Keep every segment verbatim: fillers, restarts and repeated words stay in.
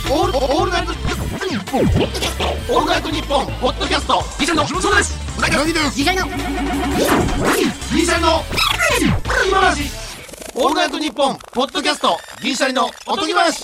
オールオールナイトニッポンオールナイトニッポンポッドキャストギシャリの木本です。うなぎです。ギシャリのギシャリの今話オールナイトニッポンポッドキャストギシャリのおとぎ話。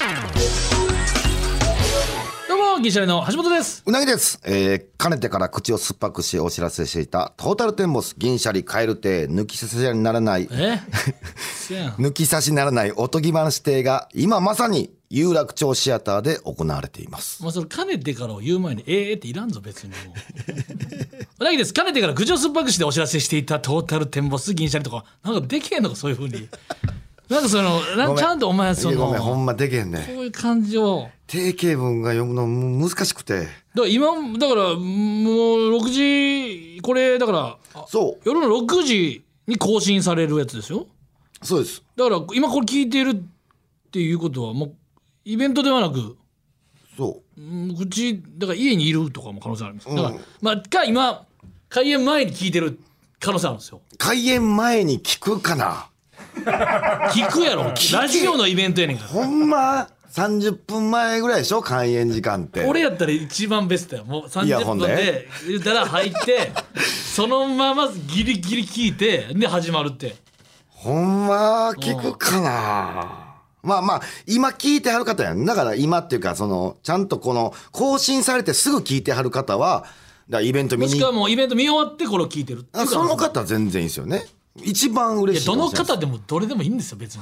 どうもギシャリの橋本です。 うなぎです。えー、かねてから口を酸っぱくしお知らせしていたトータルテンボス銀シャリ蛙亭抜き差しにならないえ抜き差しならないおとぎ話亭が今まさに有楽町シアターで行われています。 もうそれかねてからを言う前にええー、っていらんぞ別にもううなぎです。かねてから口を酸っぱくしてお知らせしていたトータルテンボス銀シャリとかなんかできへんのかそういう風になんかそのなんちゃんとお前そのごめんほんまでけへんね。 こういう感じを定型文が読むの難しくて。 だから今だからもうろくじこれだからそう夜のろくじに更新されるやつですよ。 そうです。 だから今これ聞いてるっていうことはもうイベントではなくそううちだから家にいるとかも可能性あります。だから、うん、まあか今開演前に聞いてる可能性あるんですよ。 開演前に聞くかな。 聞くやろ。ラジオのイベントやねんから。 ほんまさんじゅっぷんまえぐらいでしょ開演時間って。 俺やったら一番ベストや。もうさんじゅっぷんで言ったら入ってそのままギリギリ聞いてで始まるって。 ほんま聞くかな。まあまあ今聞いてはる方やん。だから今っていうかそのちゃんとこの更新されてすぐ聞いてはる方はだからイベント見にもしくはもうイベント見終わってこれを聞いてるっていう。 その方は全然いいですよね。一番嬉しい。 いやどの方でもどれでもいいんですよ別に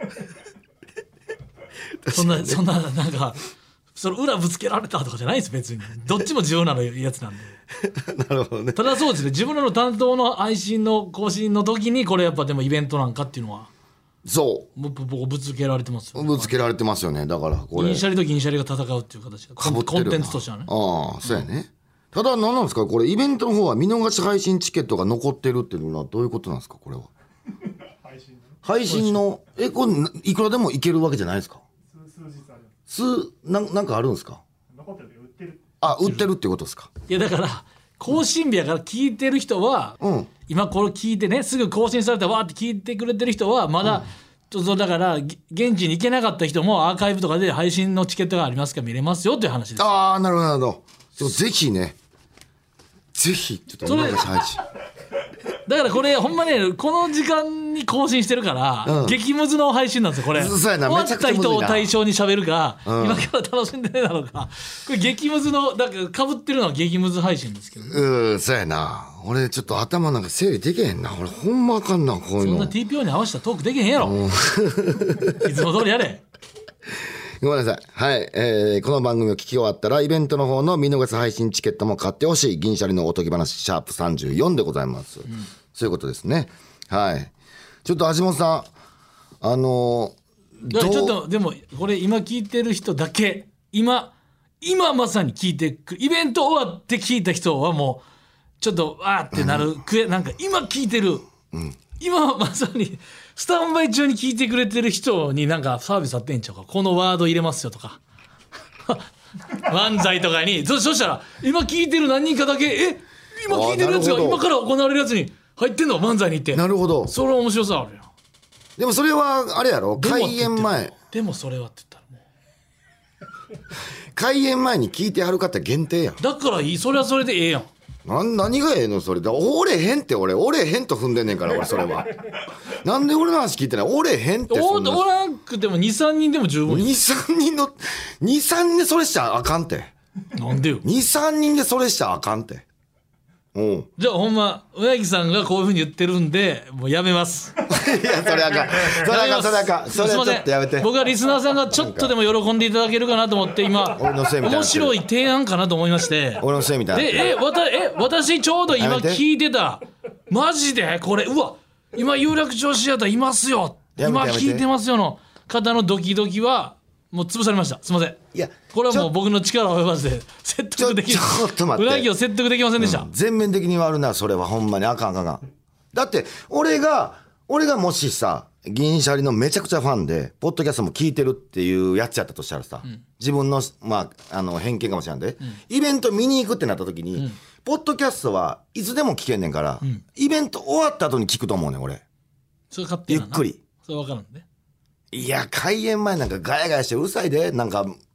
そんなそんななんかその裏ぶつけられたとかじゃないです別に。どっちも自分らのやつなんでなるほどね。 ただそうですね自分らの担当の配信の更新の時にこれやっぱでもイベントなんかっていうのはそう僕ぶつけられてますよね。 ぶつけられてますよね。だからこれ銀シャリと銀シャリが戦うっていう形でコンテンツとしてはね。 ああそうやね、うん、ただ何なんですかこれイベントの方は見逃し配信チケットが残ってるっていうのはどういうことなんですかこれは配信配信のえこれいくらでもいけるわけじゃないですか。数日あります数ななんかあるんですか。残ってる売ってるあ売ってるってことですか。 いやだから更新日やから聞いてる人は、うん、今これ聞いてねすぐ更新されたわーって聞いてくれてる人はまだ、うん、だから現地に行けなかった人もアーカイブとかで配信のチケットがありますから見れますよという話です。 ああなるほどなるほど。ぜひねぜひちょっと見逃し配信だからこれほんまねこの時間に更新してるから、うん、激ムズの配信なんですよこれ。 そうやな、 終わった人を対象に喋るか、うん、今から楽しんでねえだろうか。これ激ムズのだからかぶってるのは激ムズ配信ですけど、ね、 うんそうやな。俺ちょっと頭なんか整理できへんな。俺ほんまあかんなこういうの。 そんな ティーピーオー に合わせたトークできへんやろ、うん、いつも通りやれごめんなさい。はい、えー、この番組を聞き終わったらイベントの方の見逃し配信チケットも買ってほしい銀シャリのおとぎ話シャープさんじゅうよんでございます、うん、そういうことですね。はいちょっと橋本さんあのー、ちょっとでもこれ今聞いてる人だけ今今まさに聞いてくイベント終わって聞いた人はもうちょっとあーってなる、うん、なんか今聞いてる、うん、今まさにスタンバイ中に聞いてくれてる人になんかサービスあってんちゃうか。このワード入れますよとか漫才とかに そ, そしたら今聞いてる何人かだけえ今聞いてるやつが今から行われるやつに入ってんの漫才に行って。 なるほど。 それは面白さあるよ。 でもそれはあれやろ開演前でもそれはって言ったらもう開演前に聞いてはる方限定やん。 だからいいそれはそれでええやん。 な何がええのそれだ。おれへんって俺おれへんと踏んでんねんから俺それはなんで俺の話聞いてない。おれへんってそんなおらんくても にさんにんでも十分。 にさんにんのにさんにんでそれしちゃあかんて。 なんでよにさんにんでそれしちゃあかんて。うんじゃあほんまうなぎさんがこういう風に言ってるんでもうやめますいやそれあかんそれあかんそれあかんそれちょっとやめて。 僕はリスナーさんがちょっとでも喜んでいただけるかなと思って今面白い提案かなと思いまして俺のせいみたいな。 でえわたえ私ちょうど今聞いてたマジでこれうわ今有楽町シアターいますよ今聞いてますよの方のドキドキはもう潰されました。すいません。いやこれはもう僕の力を及ばずで説得できる。 ちょっと待って。 うなぎを説得できませんでした、 うん、全面的に悪なそれはほんまにあかんあかんあかん。だって俺が俺がもしさ銀シャリのめちゃくちゃファンでポッドキャストも聞いてるっていうやつやったとしたらさ、うん、自分の、まあ、あの偏見かもしれんで、うん、イベント見に行くってなった時に、うん、ポッドキャストはいつでも聞けんねんから、うん、イベント終わった後に聞くと思うねん俺。 それ勝手なゆっくり。 それ分からんね。 いや開演前なんかガヤガヤしてうるさいでなんか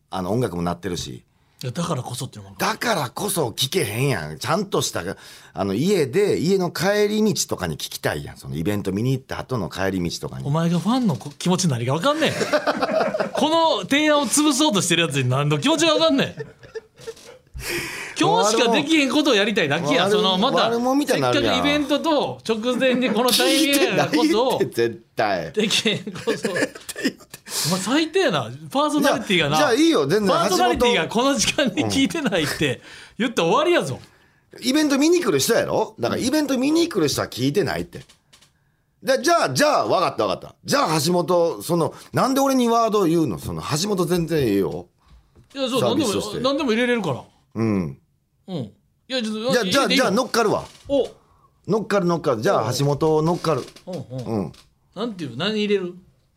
あの音楽も鳴ってるし。 いやだからこそっていうのもだからこそ聞けへんやん。ちゃんとしたあの家で家の帰り道とかに聞きたいやん。そのイベント見に行った後の帰り道とかに。 お前がファンの気持ち何が分かんねえこの提案を潰そうとしてるやつに何の気持ちが分かんねえ今日しかできへんことをやりたいだけや。そのまたせっかくイベントと直前にこのタイミングやからこそ絶対できへんこそお前最低やな。パーソナリティがなじゃあいいよ全然。 パーソナリティがこの時間に聞いてないって言って終わりやぞ、 うん、イベント見に来る人やろ。だからイベント見に来る人は聞いてないってで。じゃあじゃあ分かった分かった。じゃあ橋本そのなんで俺にワード言うの。その橋本全然いいよ。 いやそう何でも何でも入れれるからうんうん。いやちょっとじゃあじゃあじゃあ乗っかるわ。 お乗っかる乗っかる。じゃあ橋本乗っかる。 うんうん、 うん、 なんていう何入れる。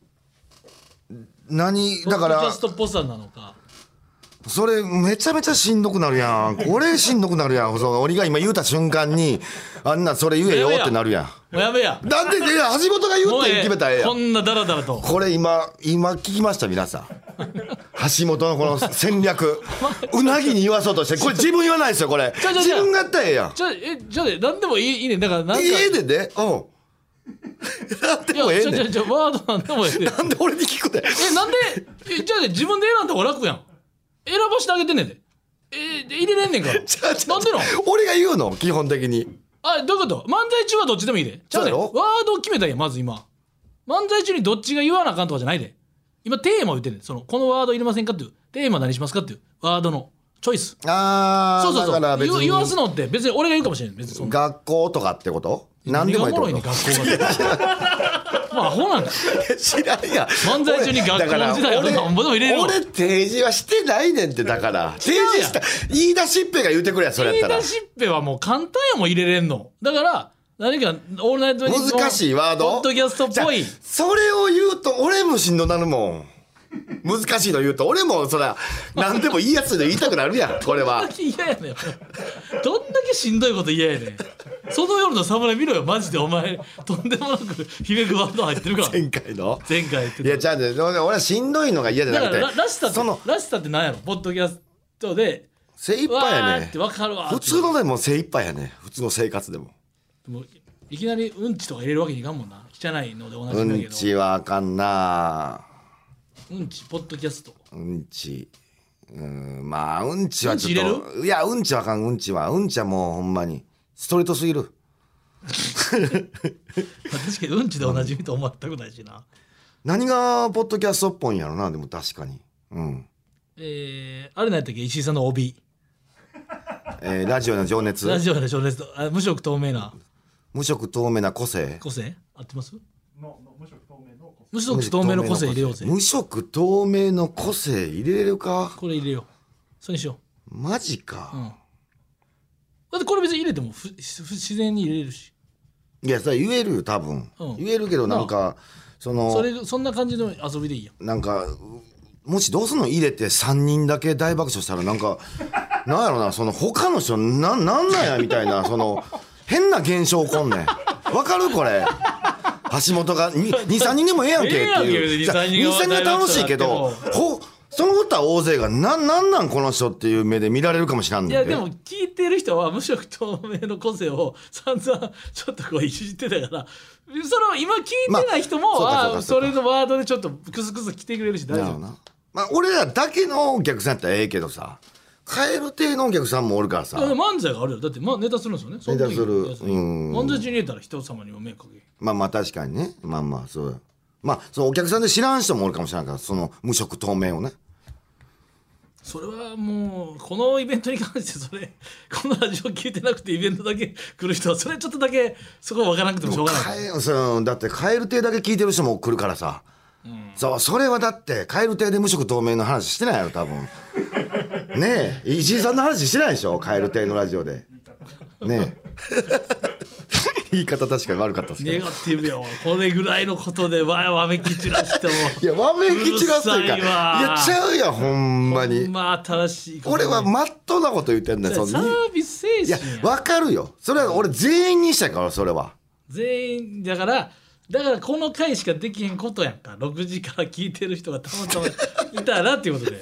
何だからポッドキャストっぽさなのか。 それめちゃめちゃしんどくなるやん。これしんどくなるやん。その俺が今言うた瞬間にあんなそれ言えよってなるやん。 もうやめや。 なんでいや橋本が言うって決めたらええやん。 こんなダラダラと。 これ今今聞きました皆さん。橋本のこの戦略うなぎに言わそうとしてこれ自分言わないですよこれ。自分がやったらええやん。 じゃあえじゃあ何でもいいいいね。だからなんかええでね。うんなんでもええねん。 じゃじゃワードなんでもええねん。 なんで俺に聞くで。 えなんでえじゃあ、ね、自分で選んだ方が楽やん。選ばしてあげてんねんで。えー、入れれんねんから。 ちゃちゃなんでの俺が言うの基本的に。 あどういうこと。漫才中はどっちでもいいで。ちゃうねん。ワードを決めたんやまず今。漫才中にどっちが言わなあかんとかじゃないで。今テーマを言ってんねん。そのこのワード入れませんかっていうテーマ何しますかっていうワードのチョイス。 ああそうそうそう。 だから別に言わすのって別に俺が言うかもしれん。別にその学校とかってこと。何でもいいってこと。 何がおもろいね学校が。まあアホなんだ。 知らんやん。 漫才中に学校の時代をなんぼでも入れるよ。 俺提示はしてないねんってだから提示した言い出しっぺが言うてくれやそれやったら。 言い出しっぺはもう簡単やもん入れれんの。だから何かオールナイトニッポン難しいワードポッドキャストっぽい。 それを言うと俺もしんどなるもん。難しいの言うと俺もそら何でもいいやつで言いたくなるやんこれは。 どんだけ嫌やねん。どんだけしんどいこと嫌やねん。その夜の侍見ろよマジで。お前とんでもなく響くワード入ってるから。 前回の前回言ってた。 いやじゃあね俺はしんどいのが嫌じゃなくてだからラシタってそのラシタって何やろ。ポッドキャストで精一杯やわーねって分かるわーって普通のでも精一杯やね普通の生活でも。 でもいきなりうんちとか入れるわけにいかんもんな。汚いので同じうだけど。 んちはあかんな。 うんちポッドキャスト。 うんちうんまあうんちはちょっうんち入といやうんちはあかん。うんちはうんちはもうほんまにストレートすぎる。 確かにうんちで同じみと思ったくないしな。 何がポッドキャストっぽいんやろな。でも確かにうんえー、あれ何やったっけ石井さんの帯。 えー、ラジオの情熱ラジオの情熱とあ無色透明な無色透明な個性個性合ってます？無色透明の個性入れようぜ。 無色透明の個性入れれるか。 これ入れよう。それにしよマジか、 う。うん。だってこれ別に入れてもふふ自然に入れれるし。 いやそれ言えるよ多分、 うん言えるけどなんかそのそれそんな感じの遊びでいいよ。 なんかもしどうすんの入れてさんにんだけ大爆笑したらなんかなんやろなその他の人ななんなんやみたいなその変な現象起こんねん。わかるこれ。橋本がにさんにんでもええやんけっていう。にさんにんが楽しいけどほその他大勢がななんなんこの人っていう目で見られるかもしれんねん。 いやでも聞いてる人は無色透明の個性を散々ちょっとこういじってたからその今聞いてない人も、まあ、あそれのワードでちょっとクスクス来てくれるし大丈夫な。 まあ俺らだけのお客さんやったらええけどさ蛙亭のお客さんもおるからさ。 漫才があるよ。だって、まあ、ネタするんですよね。 ネタする。うん漫才中に入れたら人様にも迷惑かけ。 まあまあ確かにね。まあまあそうまあそのお客さんで知らん人もおるかもしれないからその無色透明をね。 それはもうこのイベントに関してそれこのラジオ聞いてなくてイベントだけ来る人はそれちょっとだけそこは分からなくてもしょうがない。 そのだって蛙亭だけ聞いてる人も来るからさ、うん、そうそれはだって蛙亭で無色透明の話してないやろ多分ねえ石井さんの話してないでしょ蛙亭のラジオでねえ言い方確かに悪かったですけどネガティブよこれぐらいのことでわわめき散らしてもいやわめき散らすというかいやちゃうやんほんまにまあ新しい俺はまっとうなこと言ってんだよ。 サービス精神や。 いや分かるよそれは俺全員にしたいからそれは全員だからだからこの回しかできへんことやんか。ろくじから聞いてる人がたまたまいたらっていうことで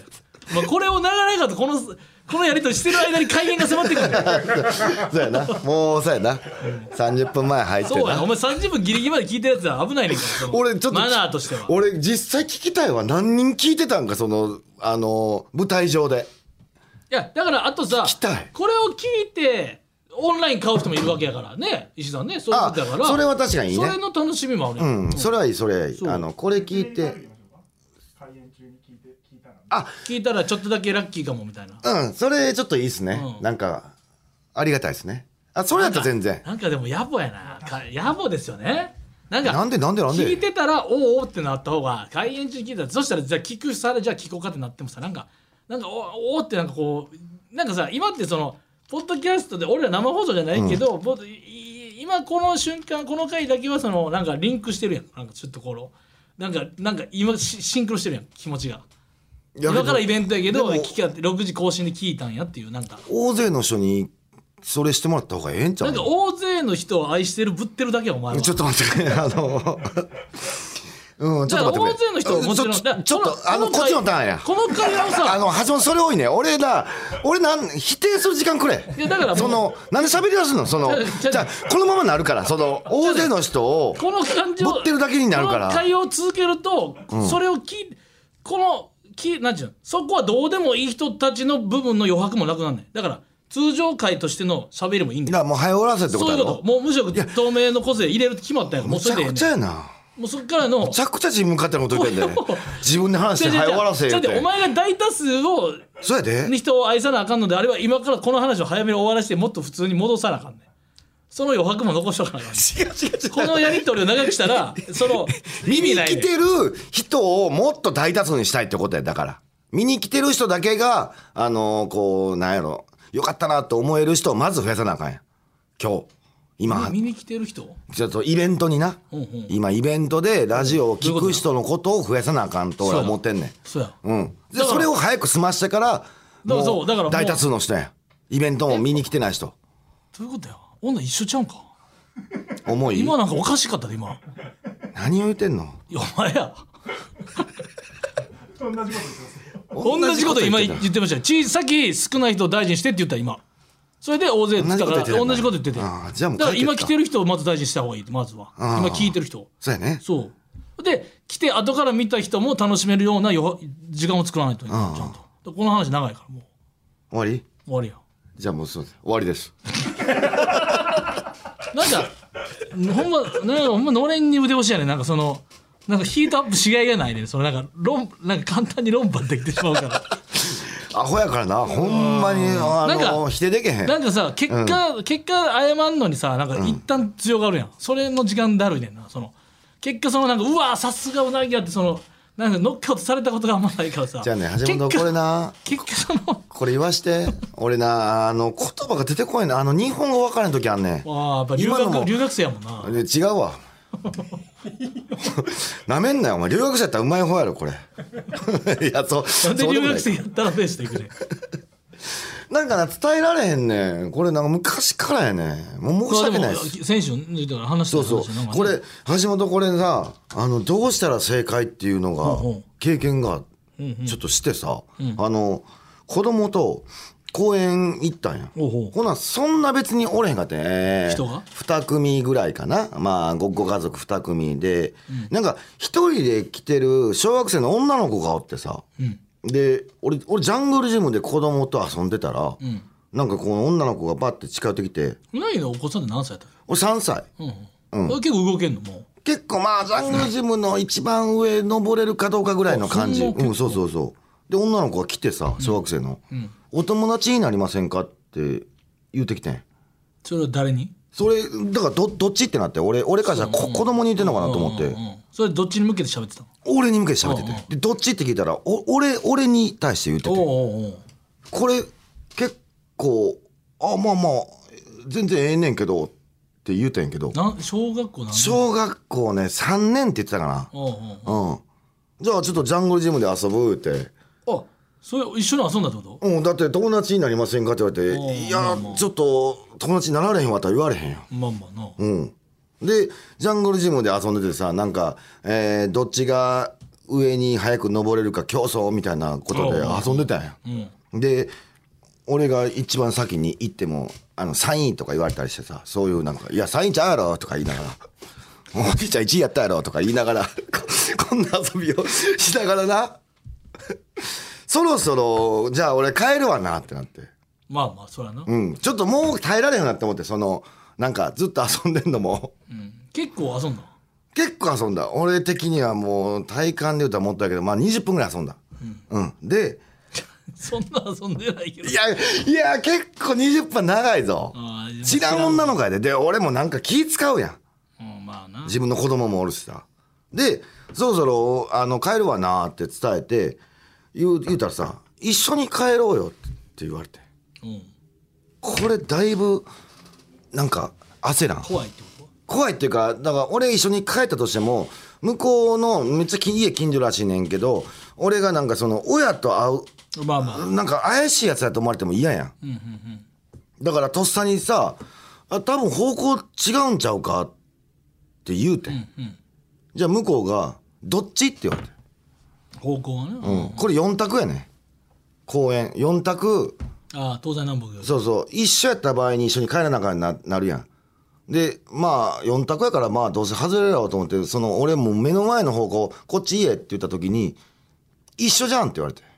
まあこれを長々とこのこのやり取りしてる間に開演が迫ってくるそうやな、もうそうやな、さんじゅっぷんまえ入ってな。 そうやお前さんじゅっぷんギリギリまで聞いてるやつは危ないねんから俺ちょっとマナーとしては。 俺実際聞きたいわ、何人聞いてたんか、そのあの舞台上で。 いやだからあとさ聞きたいこれを聞いてオンライン買う人もいるわけやからね石井さんね、そういうことだからそれは確かにいいね。 それの楽しみもあるやん、 うん、それはいい、それはいい。 そうあのこれ聞いて、あ、 聞いたらちょっとだけラッキーかもみたいな。 うん、それちょっといいですね、 うんなんかありがたいですね。あ、それやったら全然。 なんかでも野暮やなか野暮ですよね。なんかなんでなんでなんで聞いてたらおおってなった方が開演中に聞いたらそしたらじゃあ聞くされじゃあ聞こうかってなってもさなんかなんかおおってなんかこうなんかさ今ってそのポッドキャストで俺ら生放送じゃないけど、ポッい今この瞬間この回だけはそのなんかリンクしてるやんなんかちょっとこのなんかなんか今シシンクロしてるやん気持ちが。 いや今からイベントやけどでも聞きってろくじ更新で聞いたんやっていうなんか大勢の人にそれしてもらった方がええんちゃうの。 なんか大勢の人を愛してるぶってるだけやお前は。 ちょっと待ってくれあのうん、ちょっと待ってくれ。 大勢の人はもちろんちょちょっとあのこのこっちのターンや。 この会話をさあの橋本それ多いね。俺な俺なん否定する時間くれ。 いやだからもうそのなんで喋り出すのそのちゃうちゃうじゃあこのままなるからその大勢の人をこの感じを持ってるだけになるからこの会話を続けると、それを聞いこのきなんちゅうのそこはどうでもいい人たちの部分の余白もなくなんない。だから通常会としての喋りもいいんだよ。 だからもう早終わらせってこそういうことやろ。 ともう無色透明の個性入れるって決まったやんもうむちゃくそれでええねんちゃやな。 もうそっからのむちゃくちゃ自分勝手なこと言ってんで自分で話して早終わらせじゃあ言うて。 お前が大多数をそうやで。 人を愛さなあかんのであれば今からこの話を早めに終わらせてもっと普通に戻さなあかんねん。その余白も残しとかなあかんねん。 違う違う違う。 このやり取りを長くしたらその見に意味ないねん。 来てる人をもっと大多数にしたいってことや。だから見に来てる人だけがあのーこうなんやろよかったなと思える人をまず増やさなあかんやん今日今見に来てる人ちょっとイベントにな、 うんうん今イベントでラジオを聞く人のことを増やさなあかんと俺は思ってんねん。 そうやうんでだからそれを早く済ましてからだからそうだからもう大多数の人やイベントも見に来てない人どういうことや女一緒ちゃうんか重い今なんかおかしかったで今何を言ってんの。 いやお前や同じこと言ってますよ。 同じこと今言って言ってましたよちさっき少ない人を大事にしてって言った今それで大勢って言ったから同同じこじことと言っててああじゃあもうだから今解決か来てる人をまず大事にした方がいいまずはああ今聞いてる人そうやね。 そうで来て後から見た人も楽しめるようなよ時間を作らないといけないちゃんとこの話長いからもう終わり終わりやじゃあもうそうです終わりです。 なんかほんまなんかほんまのれんに腕押しやねなんかそのなんかヒートアップしがいがないねそのなんか論なんか簡単に論破できてしまうからアホやからなほんまにあなんのか否定できへん。 なんかさ結果、結果謝んのにさなんか一旦強がるやん、それの時間だるいねんなその結果そのなんかうわさすがうなぎやってそのなんかノックアウトされたことがあんまないからさじゃあね橋本これな結果そのこれ言わして俺なあの言葉が出てこいなあの日本語分からん時あんねん。 わあやっぱ留今のも学留学生やもんなで違うわなめんなよお前留学生やったらうまい方やろこれいやそうなんでそうでもない留学生やったらペースでいくねんなんかな伝えられへんねんこれなんか昔からやねんもう申し訳ないです。 選手にだから話してそうそうこれ橋本これさあのどうしたら正解っていうのほうほが経験がちょっとしてさ、あの子供と公園行ったんや。 ほうほうほなそんな別におれへんかってね人がに組ぐらいかなまあごご家族に組で、なんか一人で来てる小学生の女の子がおってさ、で俺俺ジャングルジムで子供と遊んでたら、なんかこの女の子がバッて近寄ってきてうなぎのお子さんって何歳やったっ俺さんさい、 けうん、うん、結構動けんのもう結構まあジャングルジムの一番上登れるかどうかぐらいの感じ。 あそんな結構うんそうそうそうで女の子が来てさ小学生の、お友達になりませんかって言うてきてん。 それは誰にそれだから ど, どっちってなって俺俺からしたらこ子供に言ってんのかなと思って、 うんうんうんそれどっちに向けて喋ってたの俺に向けて喋ってて、でどっちって聞いたらお俺俺に対して言ってて、 おうおうおうこれ結構あまあまあ全然ええねんけどって言うてんけどな小学校何年小学校ねさんねんって言ってたかおうおうな。うんじゃあちょっとジャングルジムで遊ぶってあそれ一緒に遊んだってことうん、だって友達になりませんかって言われおうていや、 まあまあちょっと友達になられへんわとは言われへんよ。 まあまあな、 うんでジャングルジムで遊んでてさなんか、えーどっちが上に早く登れるか競争みたいなことで遊んでたんや、うん、で俺が一番先に行ってもあのさんいとか言われたりしてさ、そういうなんかいやさんいちゃうやろとか言いながらおじいちゃんいちいやったやろとか言いながら こ, こんな遊びをしながらなそろそろじゃあ俺帰るわなってなって、 まあまあそらな、 うん、ちょっともう耐えられへんなって思って、そのなんかずっと遊んでんのも、 うん、結構遊んだ結構遊んだ俺的にはもう体感で言うとは思ったけどまあにじゅっぷんぐらい遊んだ、うん、うん、でそんな遊んでないけど、 いやいや結構にじゅっぷん長いぞ。知らん女の子やで。で俺もなんか気使うやん、 うん、まあな、 自分の子供もおるしさ。でそろそろあの帰るわなって伝えて言う、言うたらさ、一緒に帰ろうよって言われて、うん、これだいぶなんか焦らん。 怖いってこと？ 怖いっていうか、だから俺一緒に帰ったとしても向こうのめっちゃ家近所らしいねんけど、俺がなんかその親と会う、まあまあ、なんか怪しいやつだと思われても嫌やん、うんうんうん、だからとっさにさ、あ多分方向違うんちゃうかって言うて、うんうん、じゃあ向こうがどっちって言われて、 方向はね、 うん、これよん択やね、公園よん択。 ああ東西南北。 そうそう、一緒やった場合に一緒に帰らなあかんななるやん。でまあよん択やからまあどうせ外れるやろうと思って、その俺も目の前の方向こっち家って言った時に一緒じゃんって言われて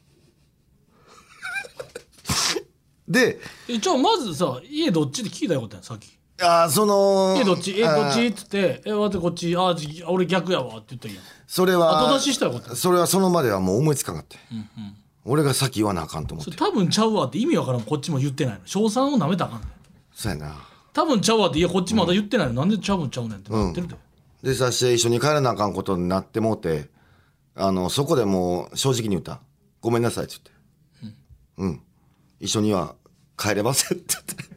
でえじゃあまずさ、家どっちって聞いたよことやんさっき。 ああその家どっちえどっちっつってえわてこっちあ俺逆やわって言ったんやん。 それは後出ししたよことやん。 それはその場ではもう思いつかなかった、うんうん、俺が先言わなあかんと思って。 多分ちゃうわって意味わからん。こっちも言ってないの。賞賛をなめたらあかんねん。 そうやな。 多分ちゃうわっていやこっちまだ言ってないの、うん、なんでちゃう分ちゃうねんってなってるで、 うん、でさして一緒に帰らなあかんことになってもうて、あのそこでもう正直に言った、ごめんなさいって言って、うん、うん、一緒には帰れませんって言って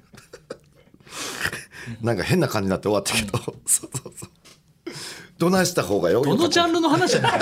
なんか変な感じになって終わったけど、うん、そうそうそう、どないした方がよ。 どのジャンルの話やねん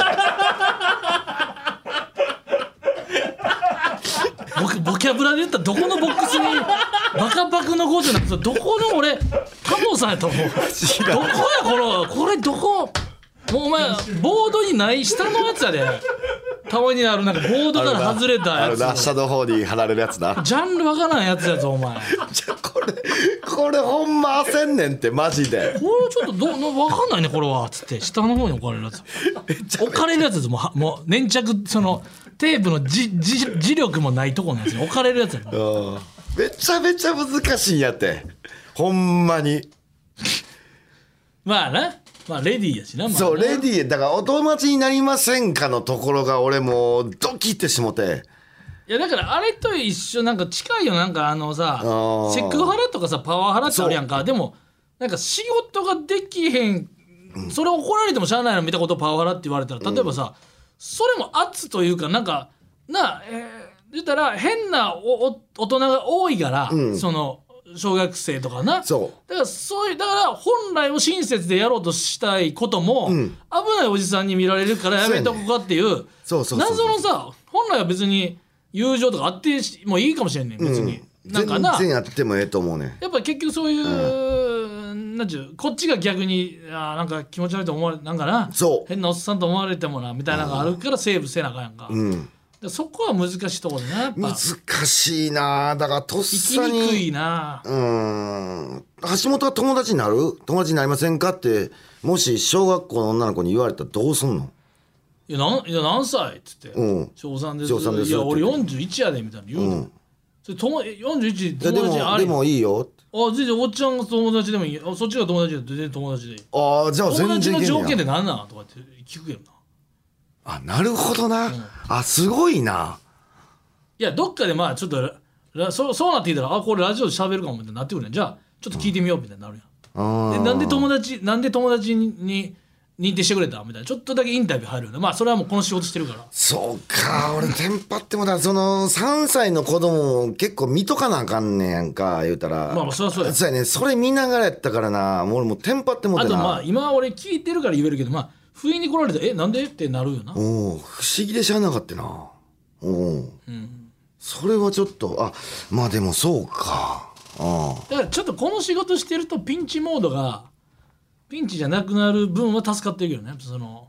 ボ, ボキャブラで言ったらどこのボックスにバカバカの子じゃなくてどこの俺タモさんやと思う。どこやこのこれどこもうお前ボードにない下のやつやで。たまにあるなんかボードから外れたやつ、 あるな、下の方に貼られるやつな。 ジャンルわからんやつやぞお前。 じゃこれこれほんま焦んねんってマジで。 これちょっとどわかんないねこれはつって下の方に置かれるやつ置かれるやつですもうもう粘着そのテープのじじ磁力もないとこのやつに置かれるやつやな。 めちゃめちゃ難しいんやってほんまにまあな、まあレディーやしな、まあ、 そうレディーだからお友達になりませんかのところが俺もうドキってしもて。 いやだからあれと一緒なんか近いよ。なんかあのさセクハラとかさパワハラってあるやんか。でもなんか仕事ができへん、それ怒られてもしゃあないの見たことパワハラって言われたら、例えばさ、うん、それも圧というかなんかな、えー、言ったら変なおお大人が多いから、うん、その小学生とかな。そうだからそういうだから本来を親切でやろうとしたいことも、うん、危ないおじさんに見られるからやめとこうかっていう謎のさ、本来は別に友情とかあってもいいかもしれんねん別に、 うん、なんかな全然やってもええと思うねん。 やっぱ結局そういう、うん、なんちゅうこっちが逆にあなんか気持ち悪いと思われなんかな、そう変なおっさんと思われてもなみたいなのがあるからセーブせなあかんやんか、うん、でそこは難しいところでなやっぱ難しいな。だからとっさに生きにくいな。 うーん橋本は友達になる友達になりませんかってもし小学校の女の子に言われたらどうすんの。 いやなんいや何歳っつって、うん、小さんですいや俺よんじゅういちやでみたいな言うの、うん、それ友よんじゅういち友達ありでもいいよ。 あ全然おっちゃんが友達でもいい。あそっちが友達で全然友達でいい。 ああじゃあ全然友達の条件で何なんとかって聞くけどな。あなるほどな、うん、あすごいな。 いやどっかでまあちょっとそ う, そうなって言ったらあこれラジオで喋るかもみたいになってくるねん。じゃあちょっと聞いてみようみたいになるやん、うん、でなんで友達なんで友達に認定してくれたみたいなちょっとだけインタビュー入るよね。まあそれはもうこの仕事してるから。 そうか俺テンパってもだそのさんさいの子供も結構見とかなあかんねやんか言うたら。 まあそれはそうやそうやね。それ見ながらやったからなもう俺もうテンパってもてな。 あとまあ今俺聞いてるから言えるけどまあ不意に来られてえなんでってなるよな。 お不思議で知らなかったな。おうんそれはちょっとあまあでもそうか。あだからちょっとこの仕事してるとピンチモードがピンチじゃなくなる分は助かってるけどね。その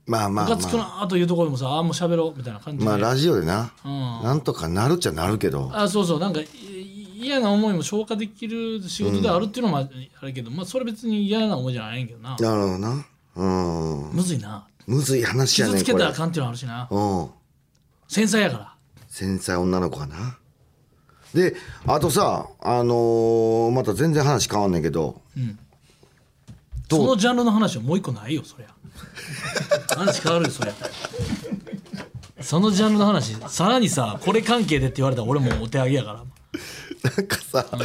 まあまあムカつくまあなというところでもさあーもう喋ろうみたいな感じで、 まあラジオでな、 うんなんとかなるっちゃなるけど、 あそうそうなんかい嫌な思いも消化できる仕事であるっていうのもあるけど、まあそれ別に嫌な思いじゃないんけどな。 なるほどな。うん。 むずいな。 むずい話やねん傷つけこれ。 たらあかんっていうのあるしな。 うん。 繊細やから。 繊細女の子かな。であとさあのー、また全然話変わんねんけど、うん、どうそのジャンルの話はもう一個ないよそりゃ。話変わるよそりゃ。そのジャンルの話さらにさこれ関係でって言われたら俺もお手上げやから。 なんかさ、うん、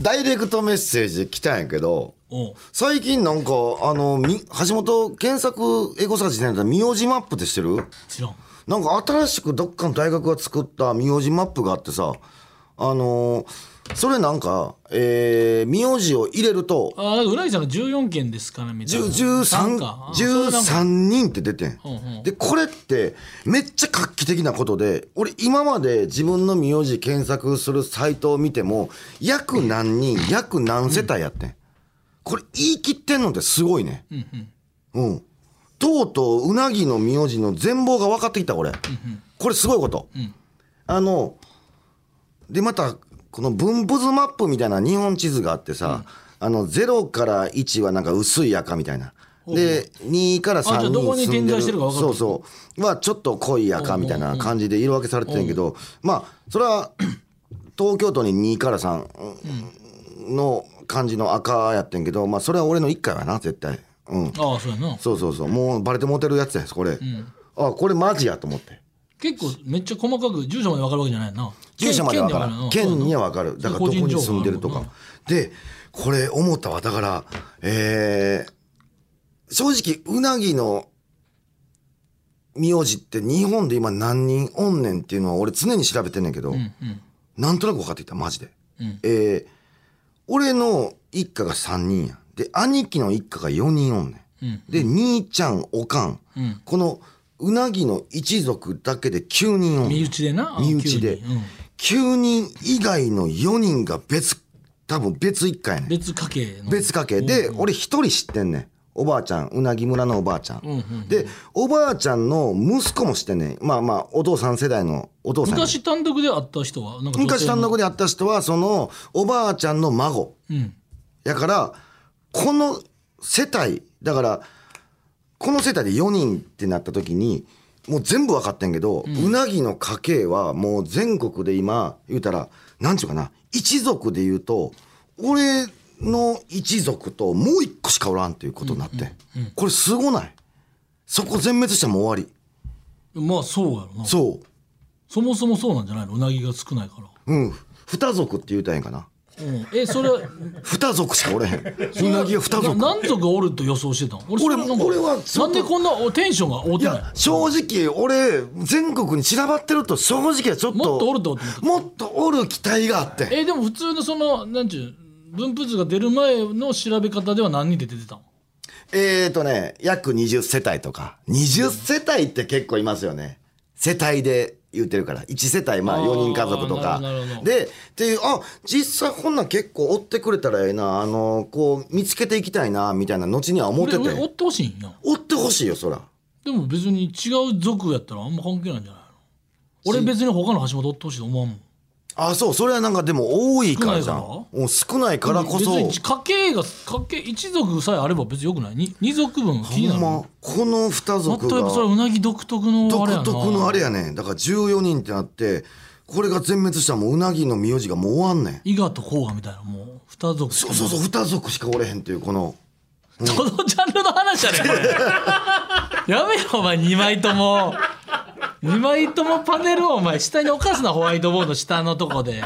ダイレクトメッセージ来たんやけど、最近なんかあのみ橋本検索エゴサーチでやった名字マップって知ってる？ 知らん。 なんか新しくどっかの大学が作った名字マップがあってさ、あのー、それなんか、えー、名字を入れるとあなんかうなぎさんがじゅうよんけんですかねみたいなじゅうさん、じゅうさんにんって出てん、うんうん、でこれってめっちゃ画期的なことで俺今まで自分の名字検索するサイトを見ても約何人約何世帯やってん、これ言い切ってんのってすごいね、うんうんうん、とうとううなぎの名字の全貌が分かってきたこれ、うんうん、これすごいこと、うん、あのでまたこの分布図マップみたいな日本地図があってさ、うん、あのゼロからいちはなんか薄い赤みたいなでにからさんに住んでるそうそうはちょっと濃い赤みたいな感じで色分けされてるんやけど、まあそれは東京都ににからさんの感じの赤やってんけど、まあそれは俺のいっかいやな絶対、うん、 ああそうやなそうそうそうもうバレてもうてるやつやこれ、うん、あこれマジやと思って結構めっちゃ細かく住所まで分かるわけじゃないな。 住所まで分かる県には分かるだからどこに住んでるとかでこれ思ったわだからえー、正直うなぎの名字って日本で今何人おんねんっていうのは俺常に調べてんねんけど、うんうん、なんとなく分かってきたマジで、うん、えー、俺の一家がさんにんやで兄貴の一家がよにんおんねん、うん、で兄ちゃんおかん、うん、このうなぎの一族だけできゅうにんおん身内でな身内できゅうにん以外のよにんが別多分別一家やねん別家系の別家系で、うんうん、俺一人知ってんねんおばあちゃんうなぎ村のおばあちゃん、うんうんうん、でおばあちゃんの息子も知ってんねんまあまあお父さん世代のお父さん昔単独で会った人はなんか昔単独で会った人はそのおばあちゃんの孫、うん、やからこの世帯だからこの世帯でよにんってなった時にもう全部分かってんけど、うん、うなぎの家系はもう全国で今言うたらなんちゅうかな一族で言うと俺の一族ともう一個しかおらんっていうことになって、うんうんうん、これすごない？そこ全滅したらもう終わり。まあそうやろな。 そうそもそもそうなんじゃないのうなぎが少ないから。 うん二族って言うたらええんかな。 うん、えそれ二族しかおれへんうなぎが二族何族おると予想してたの？俺俺俺はなんでこんなテンションが合うてない？いや正直俺全国に散らばってると正直はちょっともっとおると思ってもっとおる期待があってえでも普通のそのなんちゅう分布図が出る前の調べ方では何人で出てたの？ えーとね約にじゅっせたいとかにじゅっせたいって結構いますよね世帯で言うてるからいちせたいまあよにん家族とかでっていうあ実際こんなん結構追ってくれたらええなあのこう見つけていきたいなみたいな後には思ってて追ってほしいんや追ってほしいよそらでも別に違う族やったらあんま関係ないんじゃないの俺別に他の橋本追ってほしいと思わんもんあそうそれはなんかでも多いからじゃん少ないから少ないからこそ別に家系が家系一族さえあれば別によくない 2, 二族分気になるほんまこの二族がまたそれうなぎ独特のあれやな独特のあれやねんだからじゅうよにんってなってこれが全滅したらもううなぎの名字がもう終わんねん伊賀と甲賀みたいなもう二族そうそうそう二族しかおれへんっていうこの、 うん、そのジャンルの話やねんこれやめろお前にまいともにまいともパネルをお前下に置かすなホワイトボードの下のとこで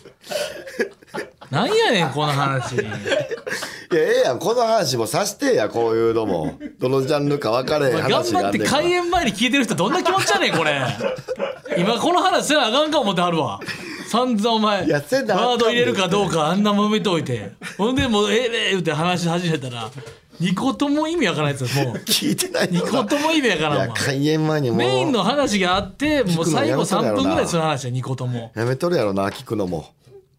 なんやねんこの話いやええやんこの話もさしてやこういうのもどのジャンルか分かれへん話頑張って開演前に聞いてる人どんな気持ちやねんこれ今この話せなあかんか思ってあるわ散々お前ワード入れるかどうかあんなもめといてほんでもうえええ言うて話し始めたらにことも意味わからないやつもう聞いてないにことも意味わからんわいや開演前にもメインの話があってもう最後さんぷんぐらいその話やにこともやめとるやろな聞くのも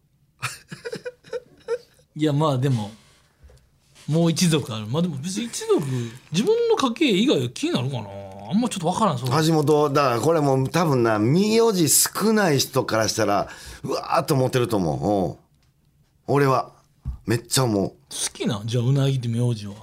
いやまあでももう一族あるまあでも別に一族自分の家系以外は気になるかなあんまちょっと分からん。そう橋本だからこれもう多分な名字少ない人からしたらうわーっと思ってると思う。おう俺はめっちゃ思う。 好きなんじゃあうなぎって名字は。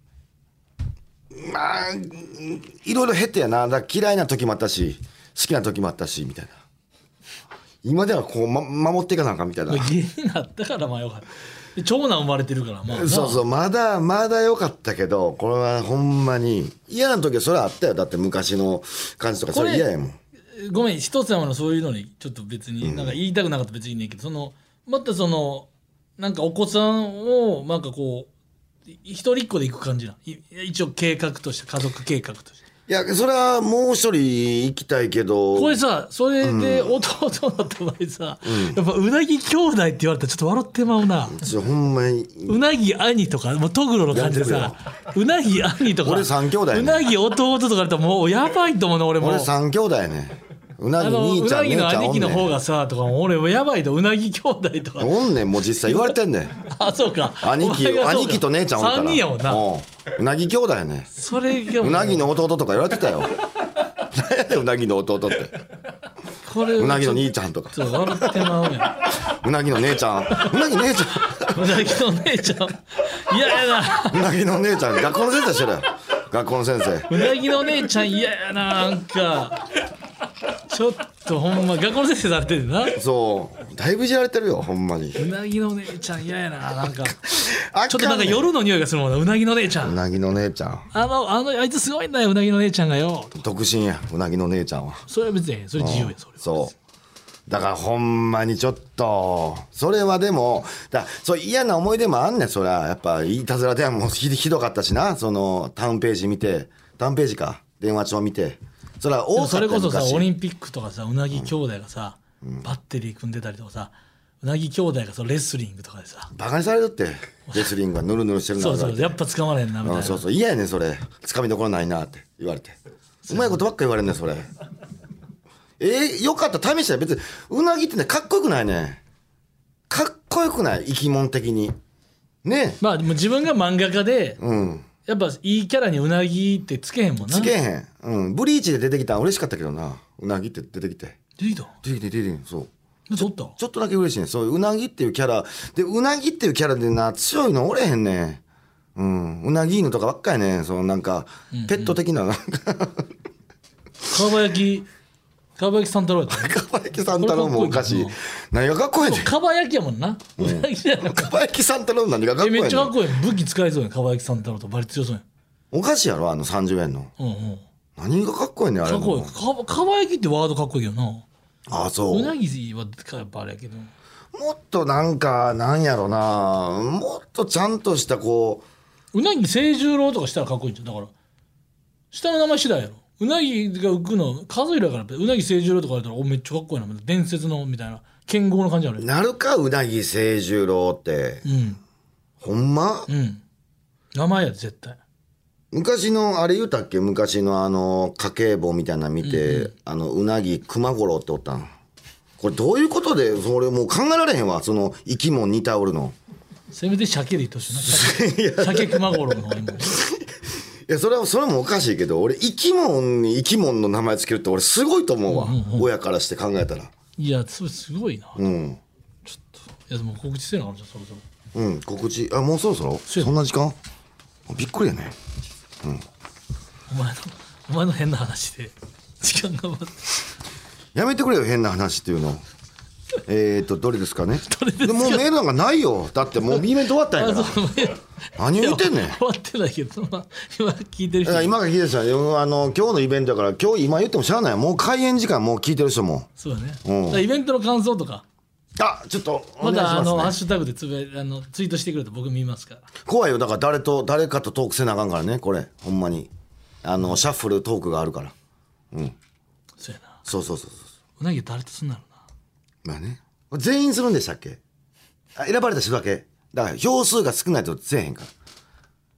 まあいろいろ経てやな。だから嫌いな時もあったし好きな時もあったしみたいな。今ではこう、ま、守っていかなあかんみたいな。 芸人になったからまあよかった。で長男生まれてるからまあそうそうまだまだ良かったけどこれはほんまに嫌な時はそれはあったよ。だって昔の感じとかそれ嫌やもん。 ごめん一つ山のそういうのにちょっと別になんか言いたくなかったら別にいいねんけど、そのまたそのなんかお子さんをなんかこう一人っ子で行く感じな。い一応計画として家族計画として。 いやそれはもう一人行きたいけどこれさそれで弟だった場合さ、うん、やっぱうなぎ兄弟って言われたらちょっと笑ってまうな。 ちょほんまにうなぎ兄とかもうトグロの感じでさうなぎ兄とか俺三兄弟やねうなぎ弟とかだったらもうやばいと思うの俺も。 俺三兄弟やね。うなぎ兄ちゃんうなぎの兄貴の方がさとか俺やばいとうなぎ兄弟とかおんねんもう実際言われてんねんあそうか兄貴兄貴と姉ちゃんおるからさんにんやもんな。 うなぎ兄弟やね。 それがうなぎの弟とか言われてたよ何やねんうなぎの弟ってこれうなぎの兄ちゃんとかちょっと笑ってまうやんうなぎの姉ちゃんうなぎ姉ちゃんうなぎの姉ちゃん嫌やなうなぎの姉ちゃん学校の先生してるよ学校の先生うなぎの姉ちゃん嫌やななんかちょっとほんま学校の先生されてるな。 そうだいぶいじられてるよほんまに。 うなぎの姉ちゃん嫌やななんかちょあっとなんか夜の匂いがするもんな。うなぎの姉ちゃうんなぎの姉ちゃんあのあのあいつすごいんだようなぎの姉ちゃんがよ。 独身やうなぎの姉ちゃんは。 それは別にそれ自由やそれ。 そうだからほんまにちょっとそれはでもだそう嫌な思い出もあんねん。そりゃやっぱいたずら電話も ひ, ひどかったしな。そのタウンページ見てタウンページか電話帳見てそれは多かった。 それこそさ昔オリンピックとかさうなぎ兄弟がさ、うん、バッテリー組んでたりとかさうなぎ兄弟がそレスリングとかでさバカにされるってレスリングがヌルヌルしてるなそうそうやっぱ捕まれへんなみたいな、 うん、そうそう嫌やねんそれつかみどころないなって言われてうまいことばっか言われんねんそれえー、よかった試したら別にうなぎってねかっこよくないね。かっこよくない生き物的にね。 まあでも自分が漫画家で、 うん、 やっぱいいキャラにうなぎってつけへんもんな。 つけへん、うん、ブリーチで出てきたん嬉しかったけどな。うなぎって出てきて出てきた出てきて出てきてそうちょっとちょっとだけ嬉しいね。そううなぎっていうキャラでうなぎっていうキャラでな強いのおれへんねん、うん、うなぎ犬とかばっかやねん。そのなんか、うんうん、ペット的ななんかかば焼きかば焼き三太郎やったかば焼き三太郎もおかしい。何がかっこいいねん。 かば焼きやもんな。うなぎじゃなくてかば焼き三太郎何がかっこいいねん。 めっちゃかっこいい武器使えそうやん。かば焼き三太郎とバリ強そうやん。 おかしいやろあのさんじゅうえんの、うんうん、何がかっこいいねんあれ。 かっこいいかかば焼きってワードかっこいいけどな。 ああそううなぎはやっぱあれやけどもっとなんかなんやろなもっとちゃんとしたこううなぎ清十郎とかしたらかっこいいんじゃん。だから下の名前次第やろ。うなぎが浮くの数えるからうなぎ清十郎とか言われたらおめっちゃかっこいいな伝説のみたいな剣豪の感じある。 なるかうなぎ清十郎って、うん、ほんま、 うん、名前やで絶対。 昔のあれ言うたっけ昔のあの家計簿みたいなの見て、うんうん、あのうなぎ熊五郎っておったん。これどういうことでそれもう考えられへんわその生き物似たおるの。 せめて鮭で言ってほしいな。鮭熊五郎の方にもいやそれはそれもおかしいけど俺生き物に生き物の名前つけるって俺すごいと思うわ、うんうんうん、親からして考えたら。 いやそれすごいな、 うん、 ちょっといやでも告知せなあかんじゃんそろそろ。うん告知あもうそろそろそんな時間びっくりやね、うん、 お前のお前の変な話で時間が待ってやめてくれよ変な話っていうのえっとどれですかね。 どれですか。 でもうメールなんかないよだってもう B 面終わったんやから何を言ってんねん。 終わってないけど今聞いてる人今が聞いてる人はあの今日のイベントだから今日今言ってもしゃあない。もう開演時間もう聞いてる人もそうだね、うん、イベントの感想とかあちょっとお願いします、ね、 またあのハッシュタグでつぶあのツイートしてくれと僕見ますから。 怖いよだから誰と誰かとトークせなあかんからねこれほんまにあのシャッフルトークがあるから。うんそうやな。 そうそうそうそううなぎ誰とすんなるな。 まあね全員するんでしたっけ。あ選ばれた人だけだから票数が少ないとせえへんから。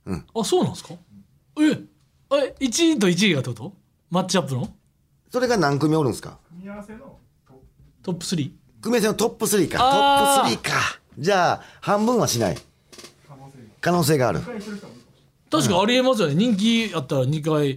うんあそうなんですか。ええいちいといちいがってことマッチアップのそれが何組おるんですか。 組み合わせのトップスリー組み合わせのトップスリーかトップスリーか。じゃあ半分はしない可能性がある。 確かありえますよね、うん、人気あったらにかい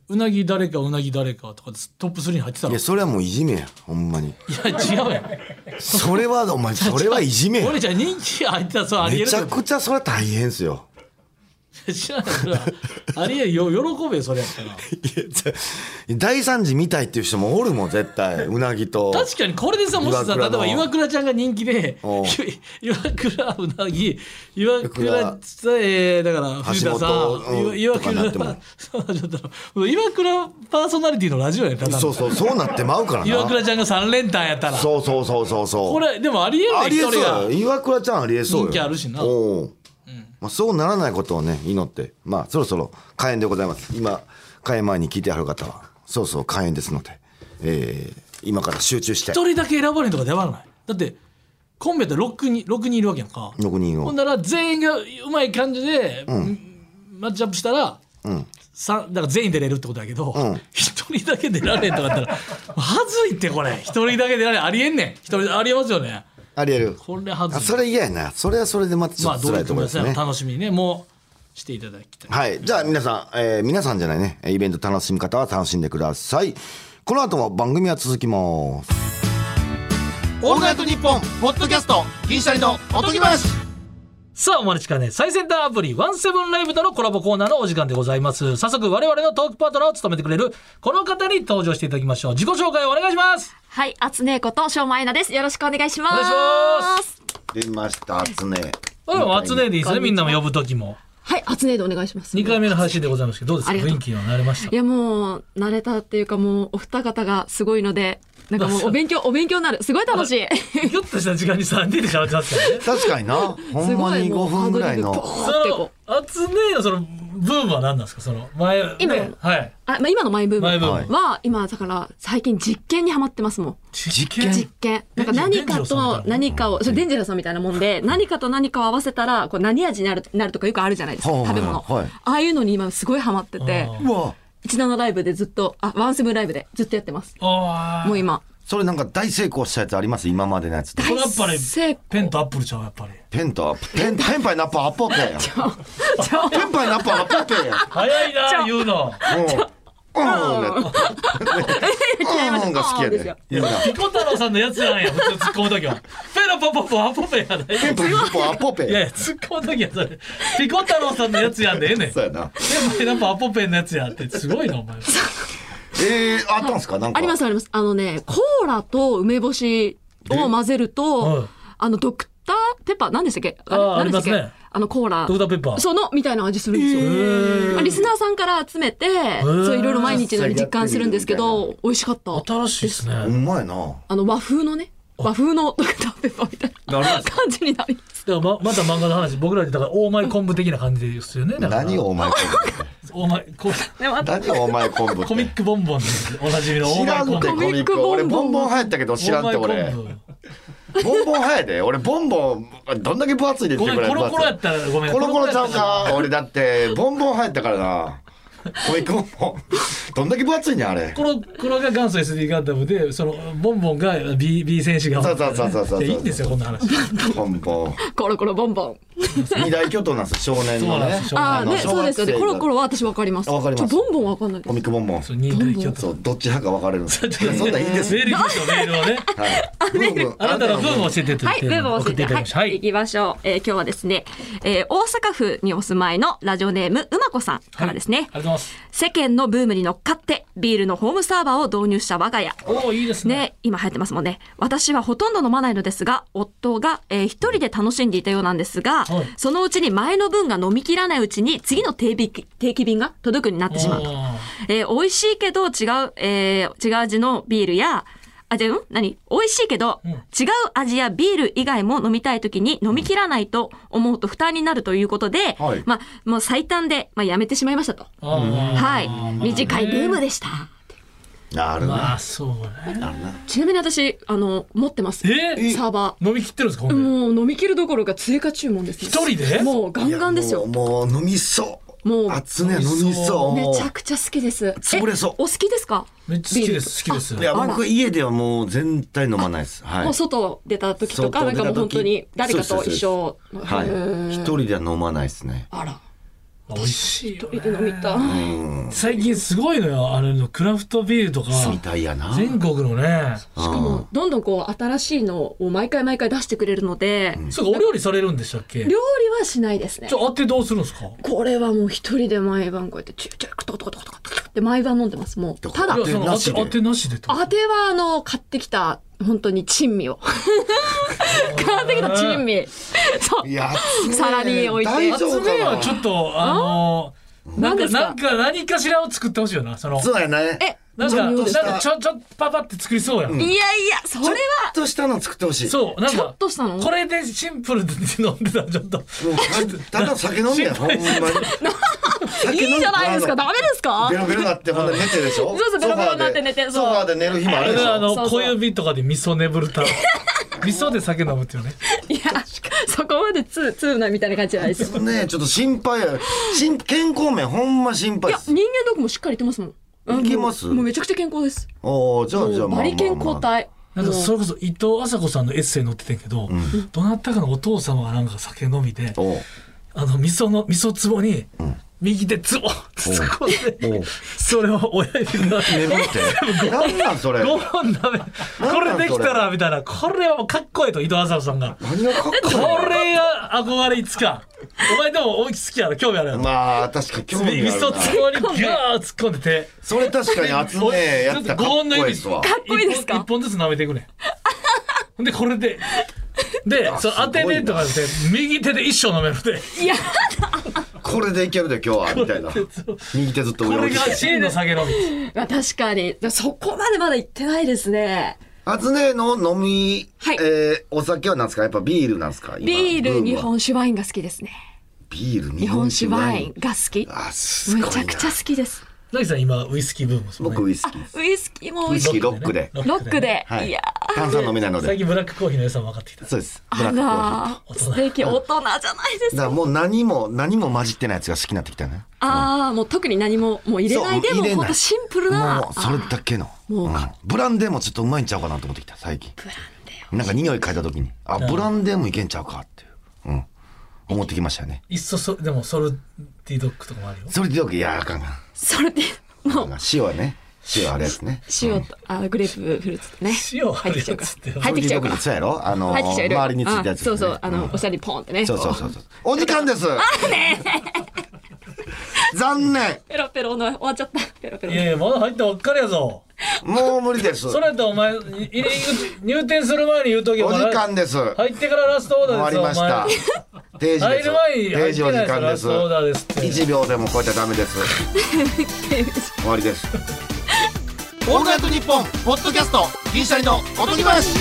うなぎ誰かうなぎ誰かとかトップスリーに入ってたの。 いやそれはもういじめやほんまに。 いや違うやん。 それはお前それはいじめや。 俺じゃ人気入ってたらそうありえる。 めちゃくちゃそれは大変ですよ。 知らないそれはありえるよ喜べそれやったら。 いや大惨事見たいっていう人もおるもん絶対うなぎと。 確かにこれでさもしさ例えば岩倉ちゃんが人気で岩倉うなぎ岩倉えー、だから藤田さん岩倉岩倉パーソナリティのラジオやったらそうそうそうなってまうからな。 岩倉ちゃんがさん連単やったらそうそうそうそうそうこれでもありえない。 ありえそうよ。岩倉ちゃんありえそうよ。 人気あるしな。 おまあ、そうならないことをね祈ってまあそろそろ開演でございます。今開演前に聞いてはる方はそうそう開演ですので、えー、今から集中して一人だけ選ばれんとか出ばない。だってコンビやったらろくにんろくにんいるわけやんか。 ろくにんをほんなら全員がうまい感じで、うん、マッチアップしたら、うん、さだから全員出れるってことだけど一、うん、人だけ出られんとかだったらはずいってこれ一人だけ出られんありえんねん。一人ありえますよね。 ありえる。 これはずい。 それ嫌やな。それはそれでまたちょっと辛いところですね。 まあ、楽しみにねもうしていただきたい。 はい。じゃあ皆さん、えー、皆さんじゃないねイベント楽しむ方は楽しんでください。この後も番組は続きます。 オールナイトニッポンポッドキャスト銀シャリのおとぎ話。 さあお待ちかね最先端アプリワンセブンライブとのコラボコーナーのお時間でございます。早速我々のトークパートナーを務めてくれるこの方に登場していただきましょう。自己紹介をお願いします。 はい、あつねえことしょうまえなです。よろしくお願いします。 お願いします。 出ましたあつねえ。 あつねえでいいですね。みんなも呼ぶ時も。 はい、あつねえでお願いします。 にかいめの配信でございますけどどうですか雰囲気は慣れました。 いやもう慣れたっていうかもうお二方がすごいのでなんかもうお勉強お勉強になるすごい楽しい。 ひょっとした時間にさんにんで喋ってますからね。 確かになほんまにごふんぐらいのそのあつねえのそのブームは何なんですか。その前今の、 ね、はいあ、まあ、今のマイブームマイブームは今だから最近実験にハマってますもん。 実験実験なんか何かと何かをそれデンジャラスさんみたいなもんで何かと何かを合わせたらこう何味になるなるとかよくあるじゃないですか、 はい、 食べ物、はい、ああいうのに今すごいハマってていちななライブでずっとあワンセブンライブでずっとやってます。もう今それなんか大成功したやつあります今までのやつって。 これやっぱりペンとアップルちゃうやっぱりペンとペンペンパイナッパーアッポーペやペンパイナッパーアッポーペや早いな言うのうんうんが好きやでピコ太郎さんのやつなんや普通突っ込むときはペラポポポアポペやでペンポポアポペいやいや突っ込むときはそれピコ太郎さんのやつやんでええねん。 そうやなペラポアポペのやつやってすごいなお前。 えー、あったんですかなんかありますあります。あのねコーラと梅干しを混ぜるとあのドクターペッパー何でしたっけ。 ああありますね。 あのコーラドクターペッパーそのみたいな味するんですよ、えーまあ、リスナーさんから集めてそういろいろ毎日のように実感するんですけど美味しかった。 新しいですね。 うまいな。 あの和風のね和風のドクターペッパーみたいな感じになります。 だから ま, また漫画の話僕らでだから大前昆布的な感じですよね。 何を大前昆布大前こ何を大前昆布コミックボンボンですおなじみの大前昆布。知らんってコミック俺ボンボン流行ったけど知らんって俺ボンボン流行って俺ボンボンどんだけ分厚いでってぐらいコロコロやったらごめんコロコロちゃうか俺だってボンボン流行ったからなコミックボンボンどんだけ分厚いねんあれ。 コロコロが元祖 エスディー ガンダムでそのボンボンが B, B 戦士がそうそうそうそうそういいんですよこんな話。 ボンボンコロコロボンボン二大巨頭なんです少年のね。 ああねそうですよね。コロコロは私わかります。 わかります。 ボンボンわかんないです。 コミックボンボンそう二大巨頭そうどっち派か分かれるんです。そんないいですメール来ましたメールをねはいあなたのブームを教えてとはいブームを教えてはい行きましょう。えー今日はですねえー大阪府にお住まいのラジオネームうまこさんからですね。 ありがとうございます。 世間のブームに乗っかってビールのホームサーバーを導入した我が家。 おーいいですね。 ね今流行ってますもんね。私はほとんど飲まないのですが夫が、えー、一人で楽しんでいたようなんですが、はい、そのうちに前の分が飲みきらないうちに次の定期、定期便が届くようになってしまうと、えー、美味しいけど違う、えー、違う味のビールやあじゃあ、うん、何美味しいけど、うん、違う味やビール以外も飲みたいときに飲みきらないと思うと負担になるということで、はい、まあもう最短で、まあ、やめてしまいましたと。はい短いブームでした。 あるね。 まあそうね。 ちなみに私あの持ってます。 えー、 サーバー飲み切ってるんですか。 もう飲み切るどころか追加注文です。 一人で？ もうガンガンですよ。 もう、もう飲みそう。もう熱ね飲みそう。 めちゃくちゃ好きです。 潰れそう。 お好きですか？ めっちゃ好きです好きです。 いや僕家ではもう全体飲まないです。はい。 もう外出た時とかなんかもう本当に誰かと一緒。 はい。一人では飲まないですね。 あら。 美味しいよね。 一人で飲みたい。 最近すごいのよ、あれのクラフトビールとかみたいやな。 全国のね。 しかもどんどんこう新しいのを毎回毎回出してくれるので、 そうか、お料理されるんでしたっけ？ 料理はしないですね。 じゃあ当てどうするんですか？ これはもう一人で毎晩こうやってチューチュートコトコトコトコトって毎晩飲んでます。もうただいや、その当て当てなしでってこと。 当てはあの買ってきた本当に珍味を買ってきた珍味そういや皿に置いて大丈夫集めかな。 はちょっとあのなんか何ですかなんか何かしらを作ってほしいよな。そのそうやね。 えなんかなん何をですかかちょちょパパって作りそうやん。 いやいやそれはちょっとしたの作ってほしい。 そうなんちょっかとしたのこれでシンプルで飲んでたらちょっともうただ酒飲んでやほんまに。 いいじゃないですか。ダメですかベロベロなってほんで寝てでしょ。 そうそうベロベロになって寝てそうソファーで寝る日もああれるでしょ。 あの小そうそう指とかで味噌ねぶるた味噌で酒飲むっていうね。 いやそこまでツーツーなみたいな感じじゃないですよ。 ねちょっと心配や。心健康面ほんま心い配です。 や人間ドックもしっかりいってますもん。あいけますもうもうめちゃくちゃ健康です。 おおじゃあじゃあまあまあまあバリ健康体。 なんかそれこそ伊藤麻子さんのエッセイ載ってたんやけど、どなたかのお父様がなんか酒飲みで、 おうあの味噌の味噌壺に右手ツボ突っ込んで、それを親指が眠ってなんなんそれ。 ごほんダメこれできたらみたいな、これはもうかっこいいと伊藤麻子さんが、 何がかっこいいこの。 れが憧れいつか。お前でも大き好きやろ、興味あるやろ。 まあ確かに興味味噌あるな。 壺にギャー突っ込んでて、 それ確かに集めやったらかっこいいですわ。 かっこいいですか一本ずつ舐めていくねほんでこれででその当てねとかで右手で一生飲めるで、 いやこれでいけるで今日はみたいな。右手ずっとこれが上置いて。 真の酒飲み。 まあ確かにそこまでまだ行ってないですね。 あつねの飲み、 はいえーお酒はなんですか。やっぱビールなんですか。今ビールブムは日本酒ワインが好きですね。 ビール日日本本酒酒ワインワイン。が好き。 あすごいな。 めちゃくちゃ好きです。 ザキさん今ウイスキーブームですもんね。 僕ウイスキーです。 ウイスキーも美ウイス味しい。 キーロックで。 ロックで。 はいいや炭酸飲めないので。 最近ブラックコーヒーの良さも分かってきた。 そうです。ブラあックコーヒー。 ら大人素敵大人じゃないですか。 だからもう何も何も混じってないやつが好きになってきたね。 ああもう特に何ももう入れないでそう入れないもうほんとシンプルな。 もうそれだけの。 もううんブランデーもちょっとうまいんちゃうかなと思ってきた最近。 ブランデーなんか匂い嗅いだ時にあブランデーもいけんちゃうかっていう。うん。思ってきましたよね。 いっそそでもソルティドッグとかもあるよ。 それでよくいやあかんかん。 それでもう塩はね。塩あるやつね。 塩とあグレープフルーツとね塩ある入ってきちゃうかやつってら入ってきちゃうからそうやろあの入ってきちゃう周りについたやつ。 あそうそうあのお皿にポンってね。 そうそうそうそう。お時間です。残念。 ペロペロの終わっちゃったペロペロいやいやまだ入ったばっかりやぞ。 もう無理です。 それやったらお前い入り口入店する前に言うとけお時間です。 入ってからラストオーダー終わですよりましたお。 定時前入です。 る前に定時お入ってない時間ですですラスト。オーダーですって。 いちびょうでも超えちゃダメです。終わりです。 オールナイトニッポンポッドキャスト銀シャリのおとぎ話。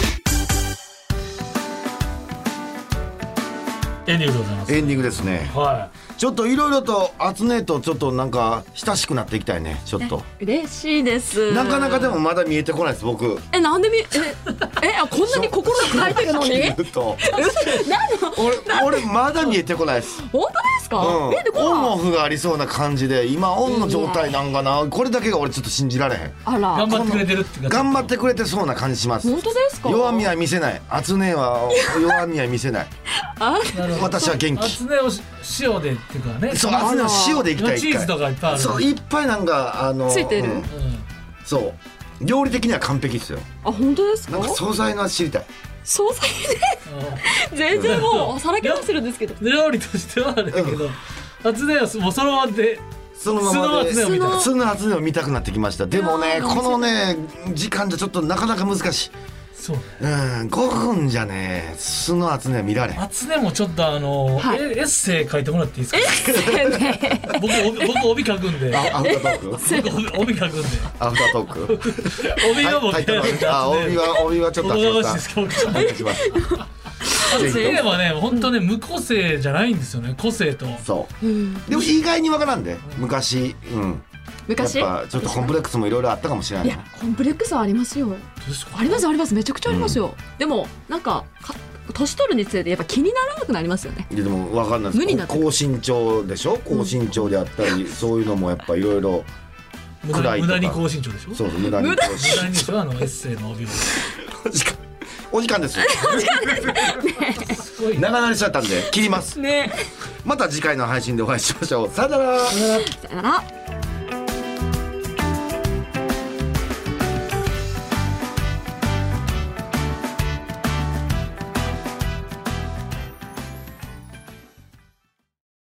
エンディングでございます。 エンディングですね。 はちょっといろいろとアツネとちょっとなんか親しくなっていきたいね。ちょっと。 嬉しいですなかなかでもまだ見えてこないです僕。 えなんでみええあこんなに心が書いてるのに言うと俺俺まだ見えてこないです。 本当ですか、 うん、 見えてこないオンオフがありそうな感じで今オンの状態なんかな。これだけが俺ちょっと信じられへん。 あい。頑ら張ってくれてるっていうか。 頑張ってくれてそうな感じします。 本当ですか弱みは見せない。アツネは弱みは見せない。 あなるほど。 私は元気。 厚根を塩でっていうかね。 そう、アツネは塩でいきたい。 チーズとかいっぱいある。 そういっぱいなんかあのついてるうんうん。 そう料理的には完璧ですよ。 あ本当ですかなんか素材が知りたい。 惣菜で全然もうさらけ出してるんですけど料理としてはあれだけど、厚根はもうそのままでそのままで素の厚根を見たい。 素の厚根を見たくなってきました。でもねいやーこのね時間じゃちょっとなかなか難しい。 そう。 うんごふんじゃね素の厚根は見られん。 厚根もちょっとあの、 はいえエッセイ書いてもらっていいですか。 ね僕帯僕帯書くんで。 あアフタートーク僕帯帯書くんで。 アフタートーク帯は僕はいはいあ帯は帯はちょっとお橋本がましいですさんけど。 お願いします。 厚根はね本当ね無個性じゃないんですよね。個性と。 そううんでも意外にわからんで昔うんやっ昔ぱちょっとコンプレックスもいろいろあったかもしれないいやコンプレックスはありますよどうですか。 ありますありますめちゃくちゃありますよ、でもなんかか年取るにつれてやっぱ気にならなくなりますよね。 いやでもわかんないです。 無になってる高身長でしょ。高身長であったり、そういうのもやっぱいろいろ無駄暗いとかに無駄に高身長でしょ。 そうそう無駄に高無駄身にでしょあのエッセイの帯を。 お時間お時間です。 すごい。 長なりしちゃったんで切ります。 ねまた次回の配信でお会いしましょう。さよなら。 さよなら。